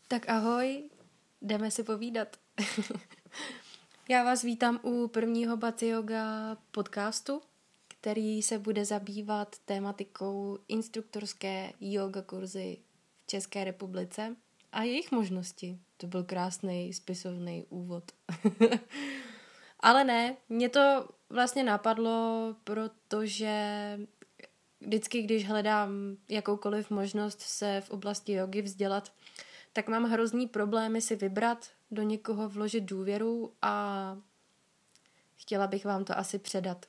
Tak ahoj, jdeme si povídat. Já vás vítám u prvního Bati Yoga podcastu, který se bude zabývat tématikou instruktorské yoga kurzy v České republice a jejich možnosti. To byl krásný spisovný úvod. Ale ne, mě to vlastně napadlo, protože vždycky, když hledám jakoukoliv možnost se v oblasti jogy vzdělat, tak mám hrozný problémy si vybrat, do někoho vložit důvěru a chtěla bych vám to asi předat.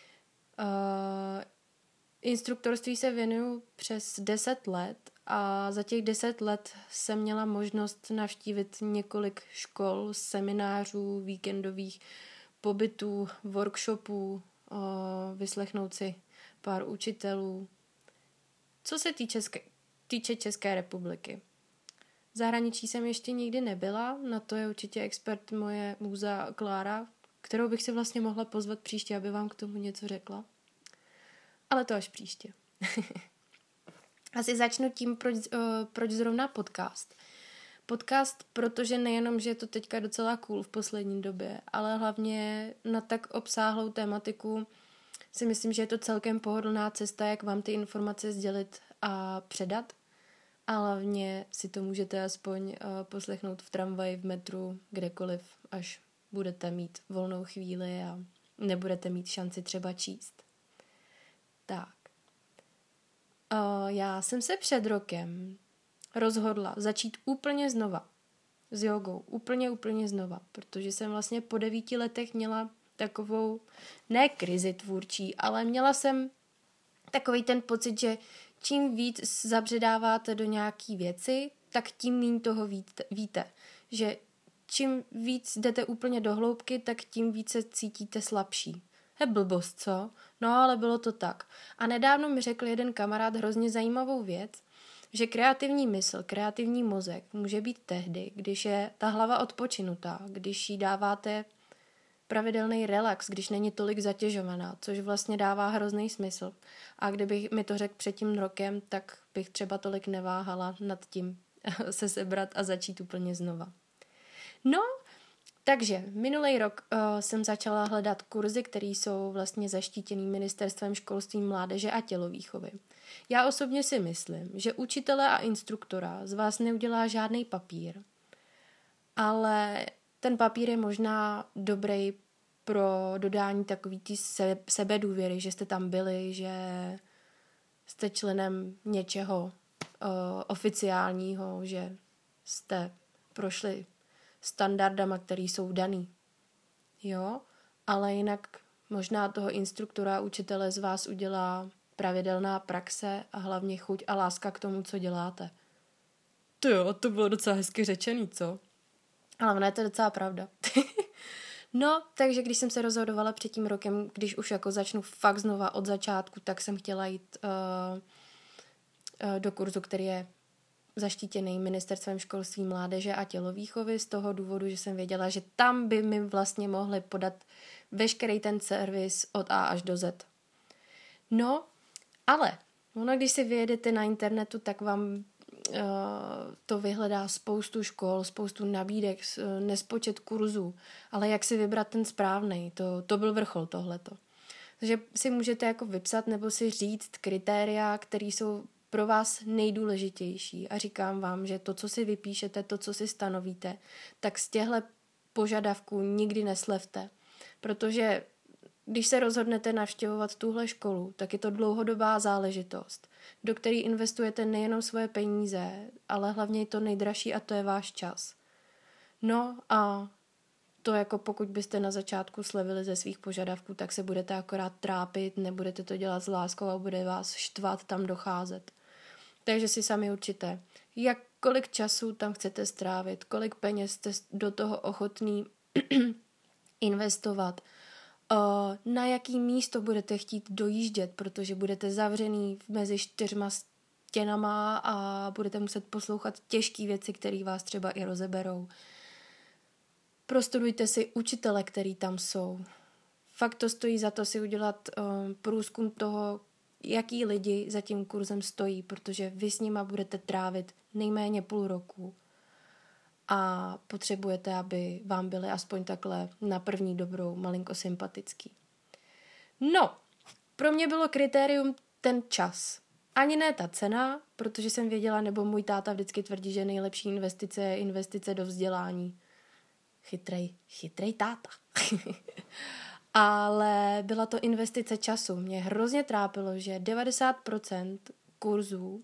Instruktorství se věnuju přes 10 let a za těch 10 let jsem měla možnost navštívit několik škol, seminářů, víkendových pobytů, workshopů, vyslechnout si pár učitelů. Co se týče České republiky. V zahraničí jsem ještě nikdy nebyla, na to je určitě expert moje můza Klára, kterou bych si vlastně mohla pozvat příště, aby vám k tomu něco řekla. Ale to až příště. Asi začnu tím, proč zrovna podcast. Podcast, protože nejenom, že je to teďka docela cool v poslední době, ale hlavně na tak obsáhlou tématiku si myslím, že je to celkem pohodlná cesta, jak vám ty informace sdělit a předat. A hlavně si to můžete aspoň poslechnout v tramvaji, v metru, kdekoliv, až budete mít volnou chvíli a nebudete mít šanci třeba číst. Tak. Já jsem se před rokem rozhodla začít úplně znova s jogou. Úplně znova, protože jsem vlastně po 9 letech měla takovou, ne krizi tvůrčí, ale měla jsem takový ten pocit, že čím víc zabředáváte do nějaký věci, tak tím míň toho víte. Že čím víc jdete úplně do hloubky, tak tím více cítíte slabší. Je blbost, co? No, ale bylo to tak. A nedávno mi řekl jeden kamarád hrozně zajímavou věc, že kreativní mysl, kreativní mozek může být tehdy, když je ta hlava odpočinutá, když jí dáváte pravidelný relax, když není tolik zatěžovaná, což vlastně dává hrozný smysl. A kdybych mi to řekl před tím rokem, tak bych třeba tolik neváhala nad tím se sebrat a začít úplně znova. No, takže minulý rok jsem začala hledat kurzy, které jsou vlastně zaštítěný Ministerstvem školství, mládeže a tělovýchovy. Já osobně si myslím, že učitele a instruktora z vás neudělá žádný papír, ale ten papír je možná dobrý pro dodání takový té sebedůvěry, že jste tam byli, že jste členem něčeho oficiálního, že jste prošli standardama, které jsou daný. Jo, ale jinak možná toho instruktora a učitele z vás udělá pravidelná praxe a hlavně chuť a láska k tomu, co děláte. To bylo docela hezky řečený, co? Ale ono je to docela pravda. No, takže když jsem se rozhodovala před tím rokem, když už jako začnu fakt znova od začátku, tak jsem chtěla jít do kurzu, který je zaštítěný Ministerstvem školství, mládeže a tělovýchovy z toho důvodu, že jsem věděla, že tam by mi vlastně mohli podat veškerý ten servis od A až do Z. No, ale když si vyjedete na internetu, tak vám to vyhledá spoustu škol, spoustu nabídek, nespočet kurzů, ale jak si vybrat ten správnej, to byl vrchol tohleto. Takže si můžete jako vypsat nebo si říct kritéria, které jsou pro vás nejdůležitější a říkám vám, že to, co si vypíšete, to, co si stanovíte, tak z těchto požadavků nikdy neslevte, protože když se rozhodnete navštěvovat tuhle školu, tak je to dlouhodobá záležitost, do které investujete nejenom svoje peníze, ale hlavně i to nejdražší a to je váš čas. No a to jako pokud byste na začátku slevili ze svých požadavků, tak se budete akorát trápit, nebudete to dělat s láskou a bude vás štvat tam docházet. Takže si sami určite, kolik času tam chcete strávit, kolik peněz jste do toho ochotný investovat, na jaký místo budete chtít dojíždět, protože budete zavřený mezi 4 stěnama a budete muset poslouchat těžké věci, které vás třeba i rozeberou. Prostudujte si učitele, který tam jsou. Fakt to stojí za to si udělat průzkum toho, jaký lidi za tím kurzem stojí, protože vy s nima budete trávit nejméně půl roku. a potřebujete, aby vám byli aspoň takhle na první dobrou malinko sympatický. No, pro mě bylo kritérium ten čas. Ani ne ta cena, protože jsem věděla, nebo můj táta vždycky tvrdí, že nejlepší investice je investice do vzdělání. Chytrej táta. Ale byla to investice času. Mě hrozně trápilo, že 90% kurzů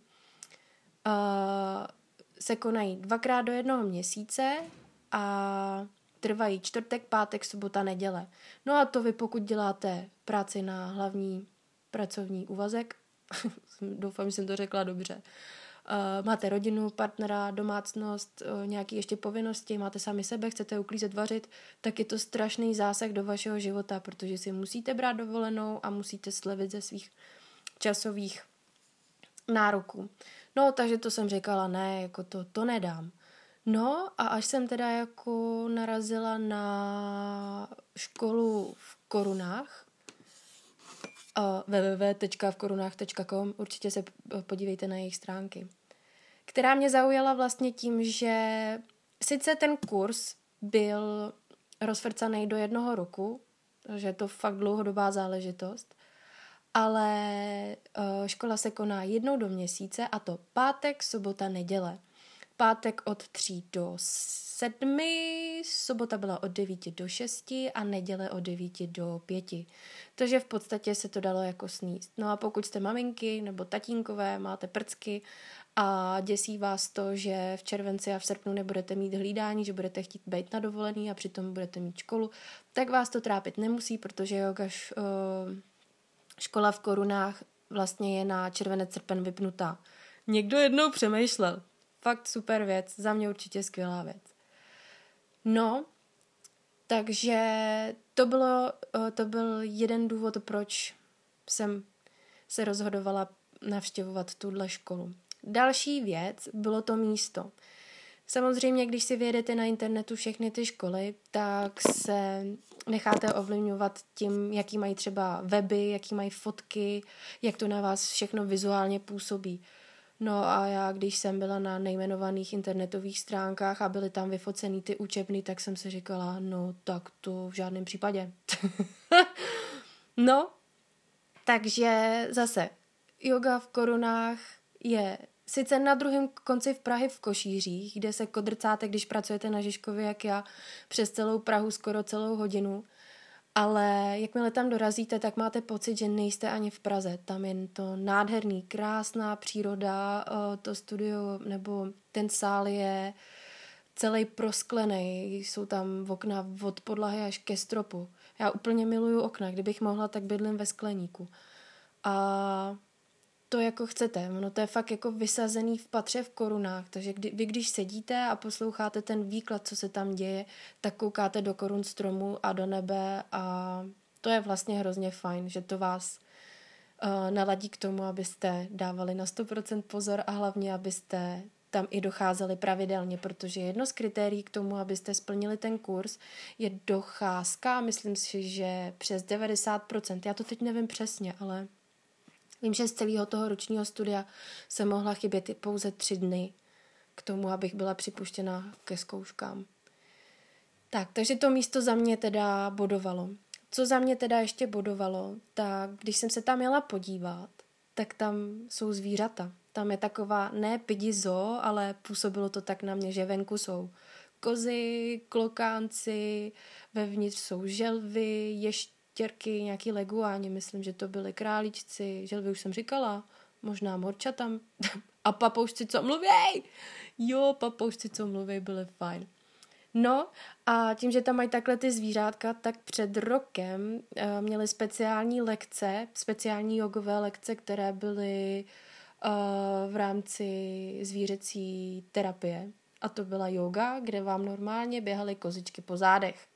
se konají 2x do 1 měsíce a trvají čtvrtek, pátek, sobota, neděle. No a to vy, pokud děláte práci na hlavní pracovní úvazek, doufám, že jsem to řekla dobře, máte rodinu, partnera, domácnost, nějaké ještě povinnosti, máte sami sebe, chcete uklízet, vařit, tak je to strašný zásah do vašeho života, protože si musíte brát dovolenou a musíte slevit ze svých časových nároků. No, takže to jsem říkala, ne, jako to nedám. No a až jsem teda jako narazila na školu v korunách, www.vkorunách.com, určitě se podívejte na jejich stránky, která mě zaujala vlastně tím, že sice ten kurz byl rozfrcaný do 1 roku, že je to fakt dlouhodobá záležitost, ale škola se koná 1 do měsíce a to pátek, sobota, neděle. Pátek od 3 do 7, sobota byla od 9 do 6 a neděle od 9 do 5. Takže v podstatě se to dalo jako sníst. No a pokud jste maminky nebo tatínkové, máte prcky a děsí vás to, že v červenci a v srpnu nebudete mít hlídání, že budete chtít být na dovolený a přitom budete mít školu, tak vás to trápit nemusí, protože yoga škola v korunách vlastně je na červenec, srpen vypnutá. Někdo jednou přemýšlel. Fakt super věc, za mě určitě skvělá věc. No, takže to byl jeden důvod, proč jsem se rozhodovala navštěvovat tuhle školu. Další věc bylo to místo. Samozřejmě, když si vyjedete na internetu všechny ty školy, tak se necháte ovlivňovat tím, jaký mají třeba weby, jaký mají fotky, jak to na vás všechno vizuálně působí. No a já, když jsem byla na nejmenovaných internetových stránkách a byly tam vyfocený ty učebny, tak jsem si říkala, no tak to v žádném případě. No, takže zase, yoga v korunách je sice na druhém konci v Prahy v Košířích, kde se kodrcáte, když pracujete na Žižkově, jak já, přes celou Prahu skoro celou hodinu, ale jakmile tam dorazíte, tak máte pocit, že nejste ani v Praze. Tam je to nádherný, krásná příroda, to studio nebo ten sál je celý prosklený, jsou tam okna od podlahy až ke stropu. Já úplně miluju okna, kdybych mohla, tak bydlím ve skleníku. A to jako chcete, ono to je fakt jako vysazený v patře v korunách, takže vy když sedíte a posloucháte ten výklad, co se tam děje, tak koukáte do korun stromu a do nebe a to je vlastně hrozně fajn, že to vás naladí k tomu, abyste dávali na 100% pozor a hlavně, abyste tam i docházeli pravidelně, protože jedno z kritérií k tomu, abyste splnili ten kurz, je docházka, myslím si, že přes 90%, já to teď nevím přesně, ale vím, že z celého toho ročního studia se mohla chybět pouze 3 dny k tomu, abych byla připuštěna ke zkouškám. Tak, takže to místo za mě teda bodovalo. Co za mě teda ještě bodovalo, tak když jsem se tam jela podívat, tak tam jsou zvířata. Tam je taková, ne pidi zoo, ale působilo to tak na mě, že venku jsou kozy, klokánci, vevnitř jsou želvy, ještěrky, nějaký leguáni, myslím, že to byly králíčci, želvy už jsem říkala, možná morčata a papoušci, co mluvěj! Jo, papoušci, co mluvěj, byly fajn. No a tím, že tam mají takhle ty zvířátka, tak před rokem měli speciální lekce, speciální jogové lekce, které byly v rámci zvířecí terapie. A to byla yoga, kde vám normálně běhaly kozičky po zádech.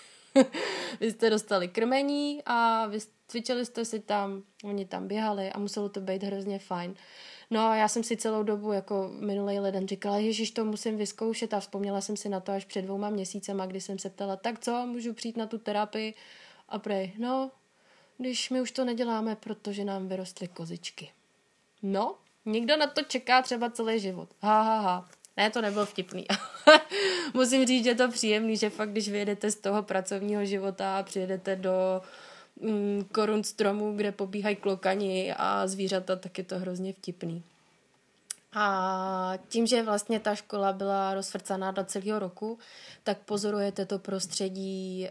Vy jste dostali krmení a cvičili jste si tam, oni tam běhali a muselo to být hrozně fajn. No a já jsem si celou dobu jako minulý leden říkala, ježiš, to musím vyzkoušet a vzpomněla jsem si na to až před 2 měsícema, kdy jsem se ptala, tak co, můžu přijít na tu terapii? A prej, no, když my už to neděláme, protože nám vyrostly kozičky. No, někdo na to čeká třeba celý život. Ha. Ne, to nebylo vtipný. Musím říct, že je to příjemný, že fakt, když vyjedete z toho pracovního života a přijedete do korun stromů, kde pobíhají klokani a zvířata, tak je to hrozně vtipný. A tím, že vlastně ta škola byla rozfrcaná do celého roku, tak pozorujete to prostředí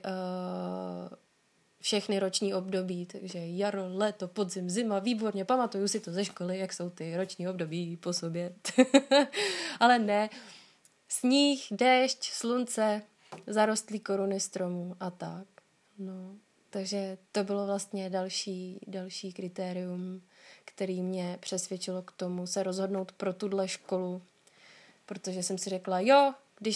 všechny roční období, takže jaro, léto, podzim, zima, výborně, pamatuju si to ze školy, jak jsou ty roční období po sobě. Ale ne, sníh, déšť, slunce, zarostlý koruny stromů a tak. No, takže to bylo vlastně další kritérium, který mě přesvědčilo k tomu se rozhodnout pro tuhle školu, protože jsem si řekla, jo, když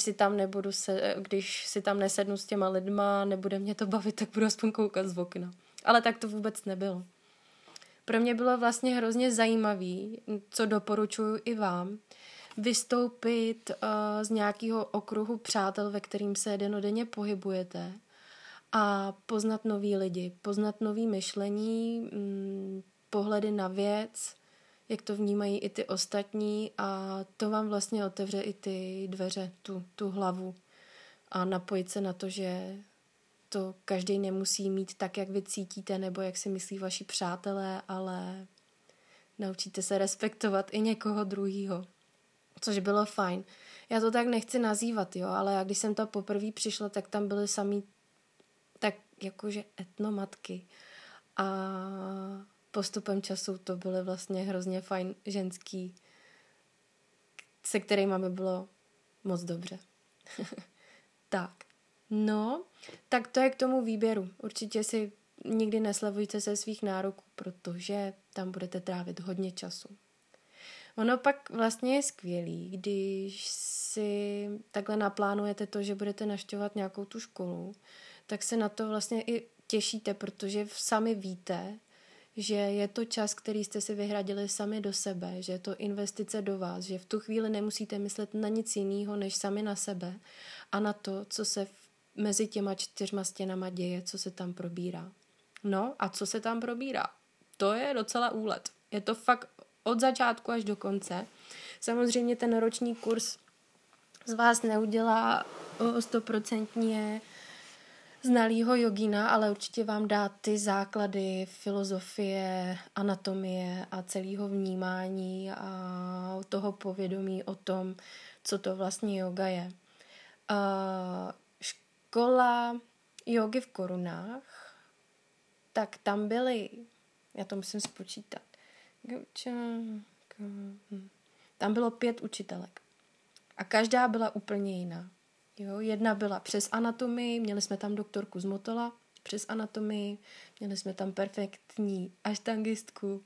si tam nesednu s těma lidma, nebude mě to bavit, tak budu aspoň koukat z okna. Ale tak to vůbec nebylo. Pro mě bylo vlastně hrozně zajímavý, co doporučuji i vám, vystoupit z nějakého okruhu přátel, ve kterým se dennodenně pohybujete a poznat nový lidi, poznat nový myšlení, pohledy na věc, jak to vnímají i ty ostatní a to vám vlastně otevře i ty dveře, tu hlavu a napojit se na to, že to každý nemusí mít tak, jak vy cítíte nebo jak si myslí vaši přátelé, ale naučíte se respektovat i někoho druhýho, což bylo fajn. Já to tak nechci nazývat, jo, ale já když jsem tam poprvé přišla, tak tam byly samý tak jakože etnomatky a postupem času to byly vlastně hrozně fajn ženský, se kterými mi bylo moc dobře. Tak. No, tak to je k tomu výběru. Určitě si nikdy neslevujte se svých nároků, protože tam budete trávit hodně času. Ono pak vlastně je skvělý, když si takhle naplánujete to, že budete navštěvovat nějakou tu školu, tak se na to vlastně i těšíte, protože sami víte, že je to čas, který jste si vyhradili sami do sebe, že je to investice do vás, že v tu chvíli nemusíte myslet na nic jiného, než sami na sebe a na to, co se mezi těma 4 stěnama děje, co se tam probírá. No a co se tam probírá? To je docela úlet. Je to fakt od začátku až do konce. Samozřejmě ten roční kurz z vás neudělá 100% znalýho jogína, ale určitě vám dá ty základy filozofie, anatomie a celého vnímání a toho povědomí o tom, co to vlastně yoga je. Škola jogy v korunách, tak tam byly, já to musím spočítat, tam bylo 5 učitelek a každá byla úplně jiná. Jo, jedna byla přes anatomii, měli jsme tam doktorku z Motola, přes anatomii, měli jsme tam perfektní aštangistku,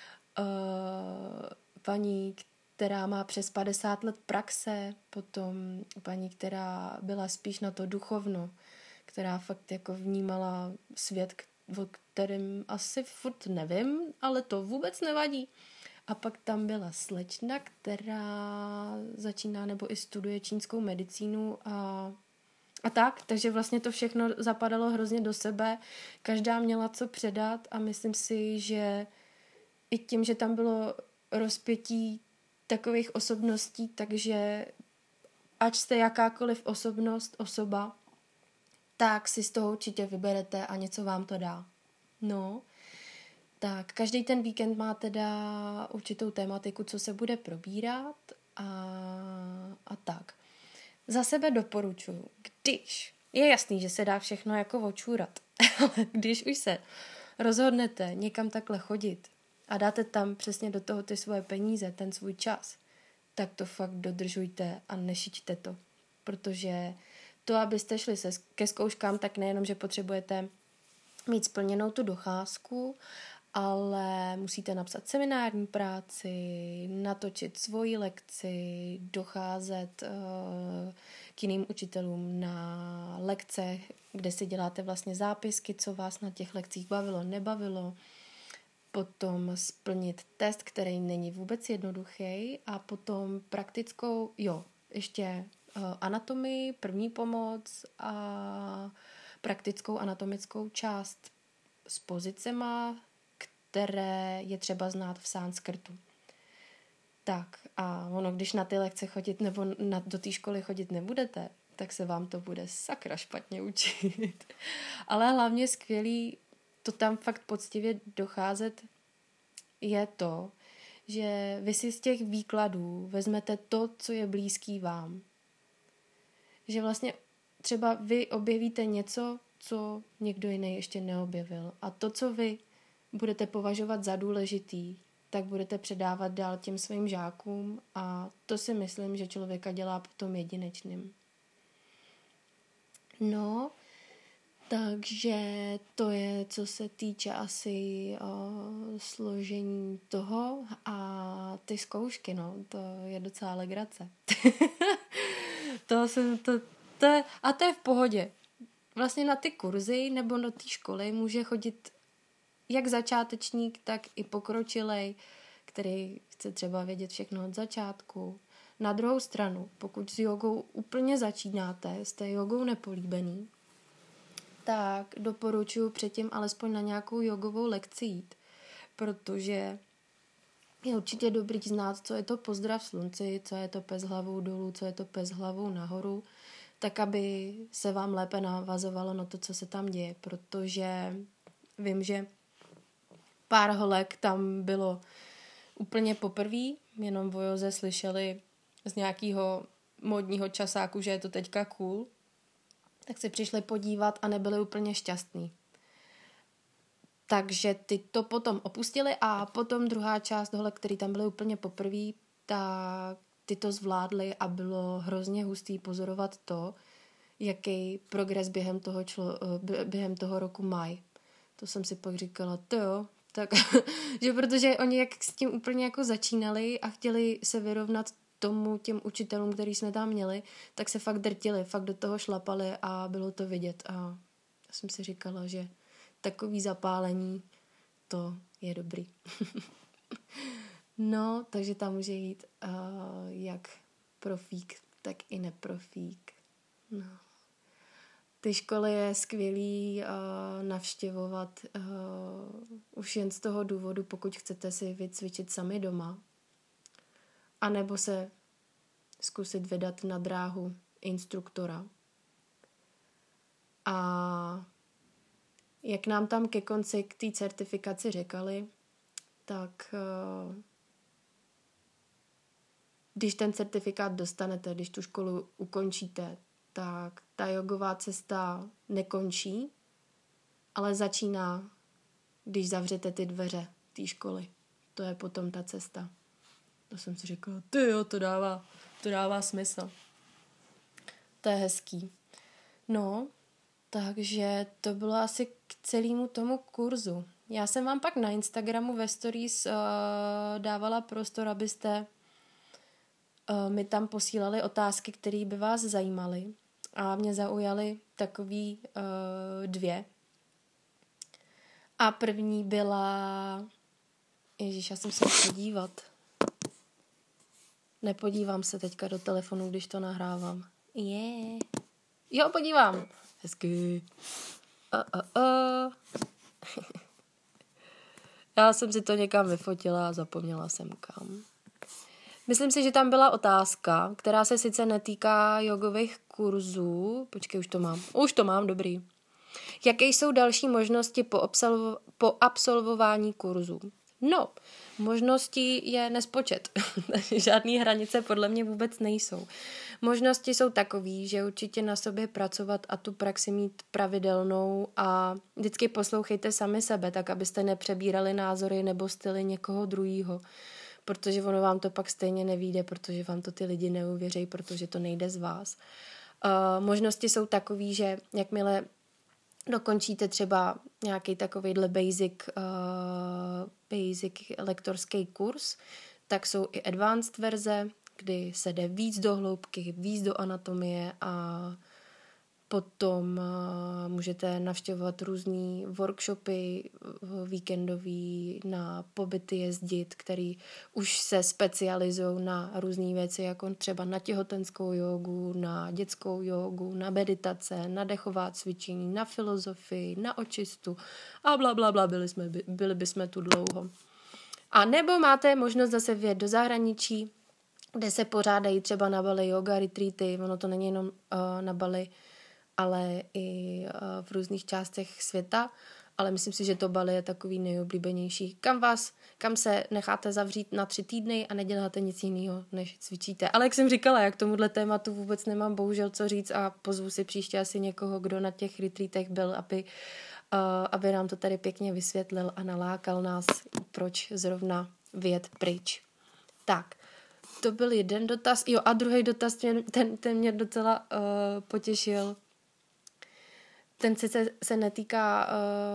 paní, která má přes 50 let praxe, potom paní, která byla spíš na to duchovno, která fakt jako vnímala svět, o kterém asi furt nevím, ale to vůbec nevadí. A pak tam byla slečna, která začíná nebo i studuje čínskou medicínu a tak. Takže vlastně to všechno zapadalo hrozně do sebe. Každá měla co předat a myslím si, že i tím, že tam bylo rozpětí takových osobností, takže ať jste jakákoliv osoba, tak si z toho určitě vyberete a něco vám to dá. No, tak každý ten víkend má teda určitou tématiku, co se bude probírat a tak. Za sebe doporučuji, když je jasný, že se dá všechno jako očůrat, ale když už se rozhodnete někam takhle chodit a dáte tam přesně do toho ty svoje peníze, ten svůj čas, tak to fakt dodržujte a nešiťte to, protože to, abyste šli ke zkouškám, tak nejenom, že potřebujete mít splněnou tu docházku, ale musíte napsat seminární práci, natočit svoji lekci, docházet k jiným učitelům na lekce, kde si děláte vlastně zápisky, co vás na těch lekcích bavilo, nebavilo, potom splnit test, který není vůbec jednoduchý a potom praktickou, ještě anatomii, první pomoc a praktickou anatomickou část s pozicema, které je třeba znát v sanskrtu. Tak a ono, když na ty lekce chodit nebo do té školy chodit nebudete, tak se vám to bude sakra špatně učit. Ale hlavně skvělý to tam fakt poctivě docházet je to, že vy si z těch výkladů vezmete to, co je blízký vám. Že vlastně třeba vy objevíte něco, co někdo jiný ještě neobjevil. A to, co vy budete považovat za důležitý, tak budete předávat dál těm svým žákům a to si myslím, že člověka dělá potom jedinečným. No, takže to je, co se týče asi složení toho a ty zkoušky, no, to je docela legrace. A to je v pohodě. Vlastně na ty kurzy nebo do té školy může chodit jak začátečník, tak i pokročilej, který chce třeba vědět všechno od začátku. Na druhou stranu, pokud s jogou úplně začínáte, jste jogou nepolíbený, tak doporučuji předtím alespoň na nějakou jogovou lekci jít, protože je určitě dobrý znát, co je to pozdrav slunci, co je to pes hlavou dolů, co je to pes hlavou nahoru, tak aby se vám lépe navazovalo na to, co se tam děje, protože vím, že pár holek tam bylo úplně poprvé, jenom o joze slyšeli z nějakého modního časáku, že je to teďka cool, tak si přišli podívat a nebyli úplně šťastní. Takže ty to potom opustili a potom druhá část holek, který tam byly úplně poprvé, tak ty to zvládly a bylo hrozně hustý pozorovat to, jaký progres během toho roku mají. To jsem si pak říkala, tak, že protože oni jak s tím úplně jako začínali a chtěli se vyrovnat těm učitelům, který jsme tam měli, tak se fakt drtili, fakt do toho šlapali a bylo to vidět. A já jsem si říkala, že takový zapálení, to je dobrý. No, takže tam může jít jak profík, tak i neprofík. No. Ty školy je skvělý navštěvovat už jen z toho důvodu, pokud chcete si vycvičit sami doma, anebo se zkusit vydat na dráhu instruktora. A jak nám tam ke konci k té certifikaci řekali, tak když ten certifikát dostanete, když tu školu ukončíte, tak ta jogová cesta nekončí, ale začíná, když zavřete ty dveře té školy. To je potom ta cesta. To jsem si říkala, to dává smysl. To je hezký. No, takže to bylo asi k celému tomu kurzu. Já jsem vám pak na Instagramu ve stories dávala prostor, abyste mi tam posílali otázky, které by vás zajímaly. A mě zaujaly takový 2. A první byla... Ježíš, já jsem se podívat. Nepodívám se teďka do telefonu, když to nahrávám. Jo, podívám. Hezky. Já jsem si to někam vyfotila a zapomněla jsem kam. Myslím si, že tam byla otázka, která se sice netýká jogových kurzů. Počkej, už to mám, dobrý. Jaké jsou další možnosti po absolvování kurzů? No, možností je nespočet. Žádný hranice podle mě vůbec nejsou. Možnosti jsou takový, že určitě na sobě pracovat a tu praxi mít pravidelnou a vždycky poslouchejte sami sebe, tak abyste nepřebírali názory nebo styly někoho druhýho. Protože ono vám to pak stejně nevyjde, protože vám to ty lidi neuvěří, protože to nejde z vás. Možnosti jsou takový, že jakmile dokončíte třeba nějaký takovejhle basic lektorský kurz, tak jsou i advanced verze, kdy se jde víc do hloubky, víc do anatomie a potom můžete navštěvovat různý workshopy víkendový, na pobyty jezdit, který už se specializují na různé věci, jako třeba na těhotenskou jogu, na dětskou jogu, na meditace, na dechová cvičení, na filozofii, na očistu a blablabla, byli bychom tu dlouho. A nebo máte možnost zase vyjet do zahraničí, kde se pořádají třeba na Bali yoga retreaty, ono to není jenom na Bali, ale i v různých částech světa, ale myslím si, že to Bali je takový nejoblíbenější. Kam se necháte zavřít na 3 týdny a neděláte nic jiného, než cvičíte. Ale jak jsem říkala, já k tomuhle tématu vůbec nemám bohužel co říct a pozvu si příště asi někoho, kdo na těch retreatech byl, aby nám to tady pěkně vysvětlil a nalákal nás, proč zrovna vyjet pryč. Tak, to byl jeden dotaz. Jo, a druhý dotaz, ten mě docela potěšil. Ten sice se netýká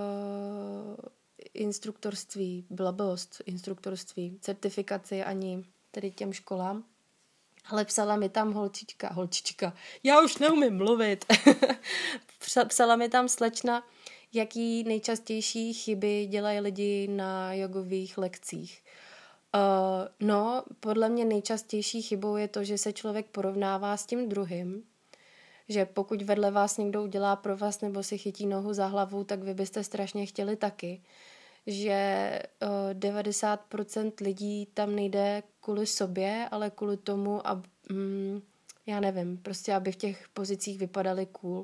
instruktorství, blbost, instruktorství, certifikaci ani tedy těm školám, ale psala mi tam holčička, já už neumím mluvit, psala mi tam slečna, jaký nejčastější chyby dělají lidi na jogových lekcích. No, podle mě nejčastější chybou je to, že se člověk porovnává s tím druhým, že pokud vedle vás někdo udělá pro vás nebo si chytí nohu za hlavu, tak vy byste strašně chtěli taky. Že 90% lidí tam nejde kvůli sobě, ale kvůli tomu, já nevím, prostě aby v těch pozicích vypadaly cool.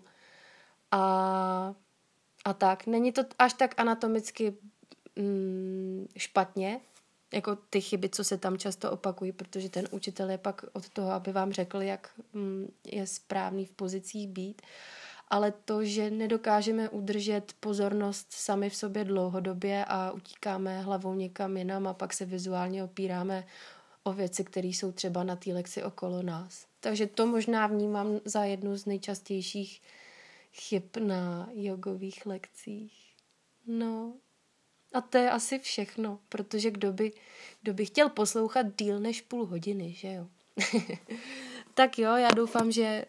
A tak, není to až tak anatomicky špatně, jako ty chyby, co se tam často opakují, protože ten učitel je pak od toho, aby vám řekl, jak je správný v pozicích být, ale to, že nedokážeme udržet pozornost sami v sobě dlouhodobě a utíkáme hlavou někam jinam a pak se vizuálně opíráme o věci, které jsou třeba na té lekci okolo nás. Takže to možná vnímám za jednu z nejčastějších chyb na jogových lekcích. No, a to je asi všechno, protože kdo by chtěl poslouchat díl než půl hodiny, že jo? Tak jo, já doufám, že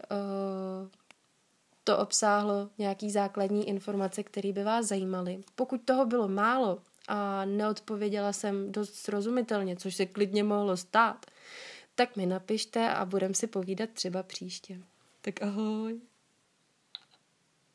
to obsáhlo nějaký základní informace, které by vás zajímaly. Pokud toho bylo málo a neodpověděla jsem dost srozumitelně, což se klidně mohlo stát, tak mi napište a budeme si povídat třeba příště. Tak ahoj.